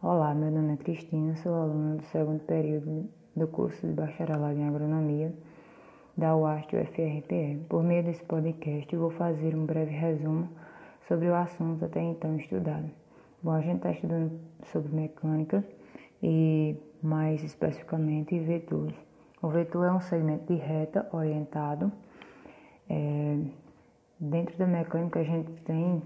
Olá, meu nome é Cristina, sou aluna do segundo período do curso de Bacharelado em Agronomia da UFRPE. Por meio desse podcast, vou fazer um breve resumo sobre o assunto até então estudado. Bom, a gente está estudando sobre mecânica e, mais especificamente, vetores. O vetor é um segmento de reta orientado. Dentro da mecânica, a gente tem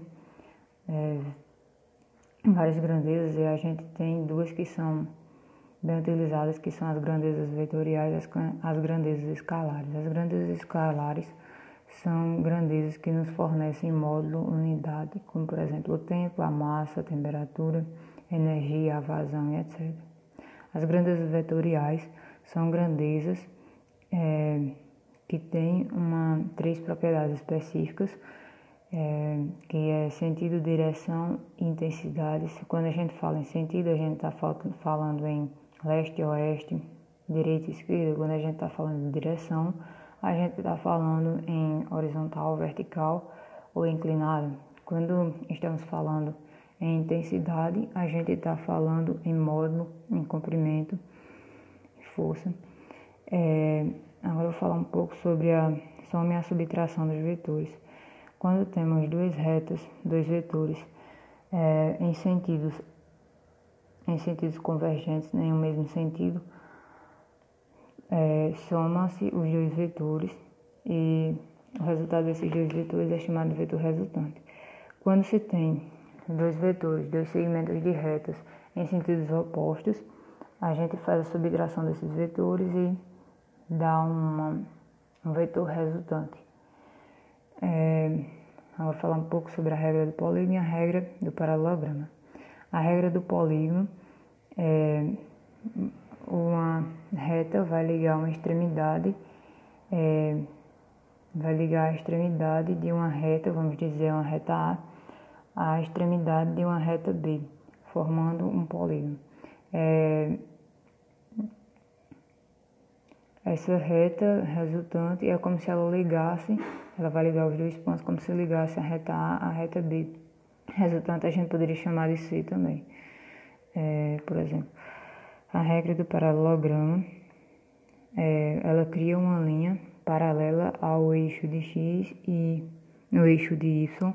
várias grandezas e a gente tem duas que são bem utilizadas, que são as grandezas vetoriais e as grandezas escalares. As grandezas escalares são grandezas que nos fornecem módulo, unidade, como por exemplo o tempo, a massa, a temperatura, a energia, a vazão e etc. As grandezas vetoriais são grandezas que têm três propriedades específicas, que é sentido, direção e intensidade. Quando a gente fala em sentido, a gente está falando em leste, oeste, direita e esquerda. Quando a gente está falando de direção, a gente está falando em horizontal, vertical ou inclinado. Quando estamos falando em intensidade, a gente está falando em módulo, em comprimento e força. Agora eu vou falar um pouco sobre a soma e a subtração dos vetores. Quando temos duas retas, dois vetores em sentidos convergentes em um mesmo sentido, soma-se os dois vetores e o resultado desses dois vetores é chamado de vetor resultante. Quando se tem dois vetores, dois segmentos de retas em sentidos opostos, a gente faz a subtração desses vetores e dá um vetor resultante. Eu vou falar um pouco sobre a regra do polígono e a regra do paralelogramo. A regra do polígono é uma reta vai ligar a extremidade de uma reta, vamos dizer uma reta A, à extremidade de uma reta B, formando um polígono. Essa reta resultante é como se ela vai ligar os dois pontos como se ligasse a reta A à reta B. Resultante a gente poderia chamar de C também. Por exemplo, a regra do paralelogramo, ela cria uma linha paralela ao eixo de X e no eixo de Y,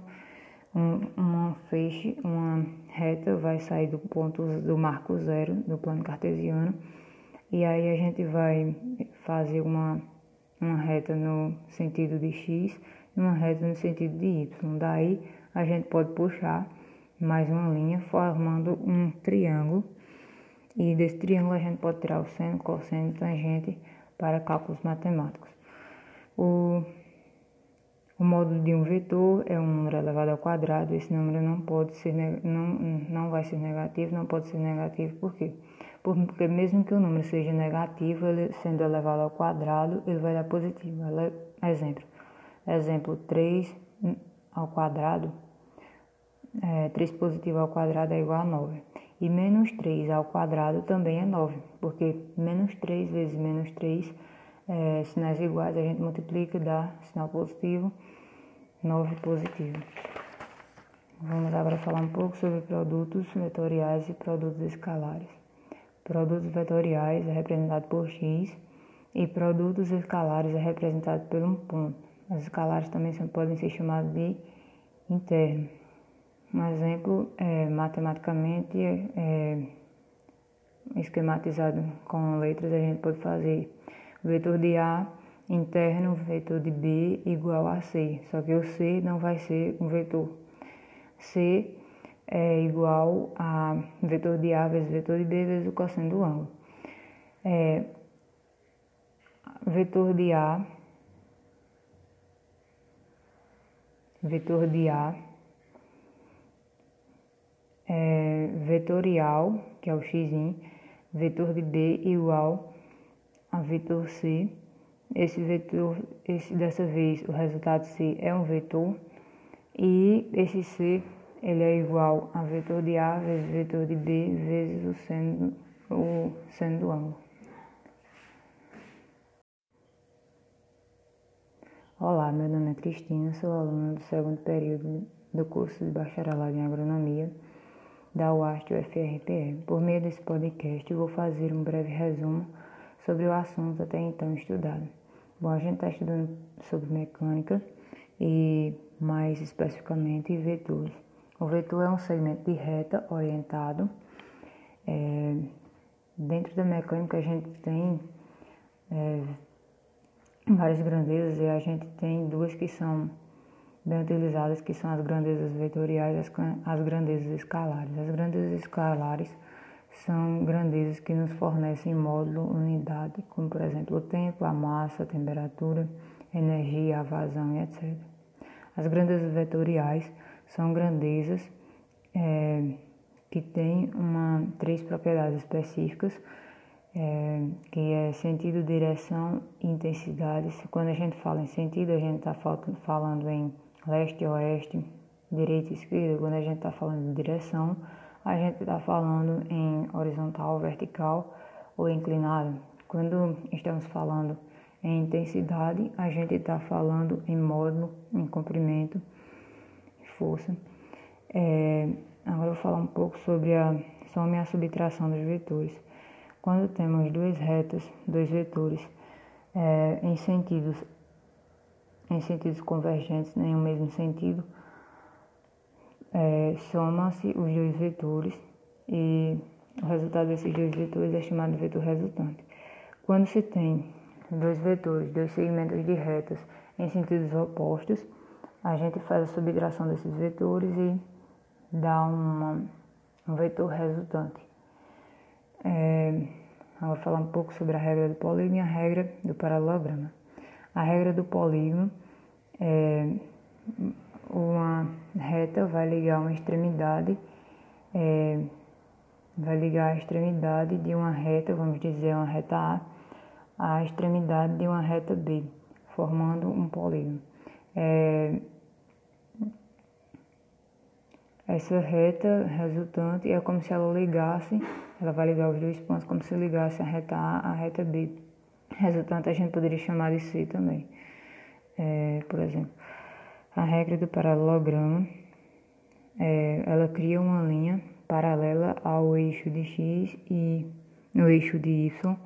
uma reta vai sair do ponto do marco zero do plano cartesiano. E aí a gente vai fazer uma reta no sentido de X e uma reta no sentido de Y. Daí a gente pode puxar mais uma linha formando um triângulo. E desse triângulo a gente pode tirar o seno, cosseno e tangente para cálculos matemáticos. O módulo de um vetor é um número elevado ao quadrado. Esse número não vai ser negativo, não pode ser negativo. Por quê? Porque mesmo que o número seja negativo, ele sendo elevado ao quadrado, ele vai dar positivo. Exemplo, 3 ao quadrado, 3 positivo ao quadrado é igual a 9. E menos 3 ao quadrado também é 9, porque menos 3 vezes menos 3, sinais iguais, a gente multiplica e dá sinal positivo, 9 positivo. Vamos agora falar um pouco sobre produtos vetoriais e produtos escalares. Produtos vetoriais é representado por X e produtos escalares é representado por um ponto. As escalares também podem ser chamadas de interno. Um exemplo, matematicamente, esquematizado com letras, a gente pode fazer vetor de A interno, vetor de B igual a C. Só que o C não vai ser um vetor. C é igual a vetor de A vezes vetor de B vezes o cosseno do ângulo. Vetor de A é vetorial, que é o x', vetor de B igual a vetor C. Dessa vez o resultado C é um vetor e esse C ele é igual a vetor de A vezes vetor de B vezes o seno do ângulo. Olá, meu nome é Cristina, sou aluna do segundo período do curso de Bacharelado em Agronomia da UAST UFRPE. Por meio desse podcast, eu vou fazer um breve resumo sobre o assunto até então estudado. Bom, a gente está estudando sobre mecânica e, mais especificamente, vetores. O vetor é um segmento de reta orientado. Dentro da mecânica, a gente tem várias grandezas e a gente tem duas que são bem utilizadas, que são as grandezas vetoriais e as grandezas escalares. As grandezas escalares são grandezas que nos fornecem módulo, unidade, como por exemplo o tempo, a massa, a temperatura, a energia, a vazão e etc. As grandezas vetoriais são grandezas que têm três propriedades específicas, que é sentido, direção e intensidade. Quando a gente fala em sentido, a gente está falando em leste, oeste, direita e esquerda. Quando a gente está falando de direção, a gente está falando em horizontal, vertical ou inclinado. Quando estamos falando em intensidade, a gente está falando em módulo, em comprimento, força. Agora eu vou falar um pouco sobre a soma e a subtração dos vetores. Quando temos duas retas, dois vetores em sentidos convergentes em um mesmo sentido, soma-se os dois vetores e o resultado desses dois vetores é chamado de vetor resultante. Quando se tem dois vetores, dois segmentos de retas em sentidos opostos, a gente faz a subtração desses vetores e dá um vetor resultante. Eu vou falar um pouco sobre a regra do polígono e a regra do paralelogramo. A regra do polígono é uma reta vai ligar uma extremidade, vai ligar a extremidade de uma reta, vamos dizer uma reta A, à extremidade de uma reta B, formando um polígono. Essa reta resultante é como se ela ligasse, ela vai ligar os dois pontos como se ligasse a reta A à reta B. Resultante a gente poderia chamar de C também. Por exemplo, a regra do paralelogramo, ela cria uma linha paralela ao eixo de X e no eixo de Y,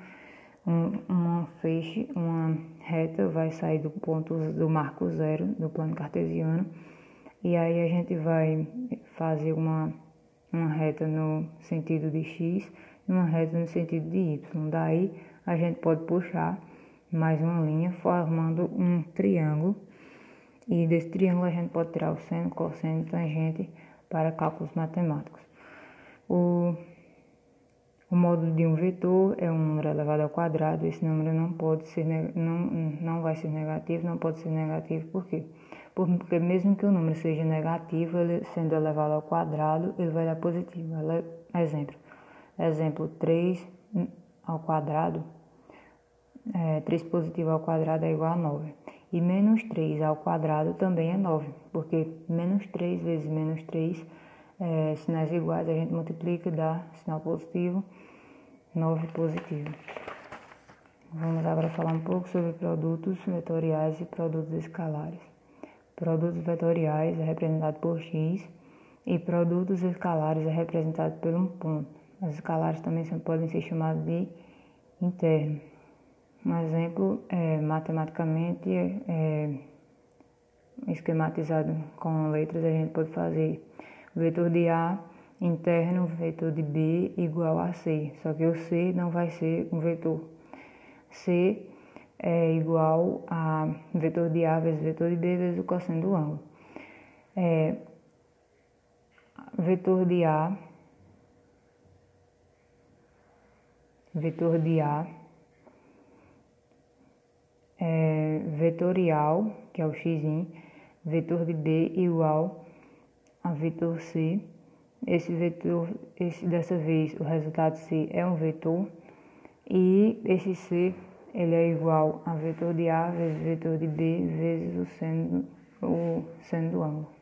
uma reta vai sair do ponto do marco zero do plano cartesiano. E aí a gente vai fazer uma reta no sentido de X e uma reta no sentido de Y. Daí a gente pode puxar mais uma linha formando um triângulo. E desse triângulo a gente pode tirar o seno, cosseno e tangente para cálculos matemáticos. O módulo de um vetor é um número elevado ao quadrado. Esse número não vai ser negativo, não pode ser negativo. Por quê? Porque mesmo que o número seja negativo, ele sendo elevado ao quadrado, ele vai dar positivo. Exemplo, 3 ao quadrado, 3 positivo ao quadrado é igual a 9. E menos 3 ao quadrado também é 9, porque menos 3 vezes menos 3, sinais iguais, a gente multiplica e dá sinal positivo, 9 positivo. Vamos agora falar um pouco sobre produtos vetoriais e produtos escalares. Produtos vetoriais é representado por X e produtos escalares é representado por um ponto. As escalares também podem ser chamadas de interno. Um exemplo, matematicamente, esquematizado com letras, a gente pode fazer o vetor de A interno, vetor de B igual a C. Só que o C não vai ser um vetor. C é igual a vetor de A vezes vetor de B vezes o cosseno do ângulo. Vetor de A vetorial, que é o x', vetor de B igual a vetor C. Dessa vez o resultado C é um vetor e esse C ele é igual a vetor de A vezes vetor de B vezes o seno do ângulo.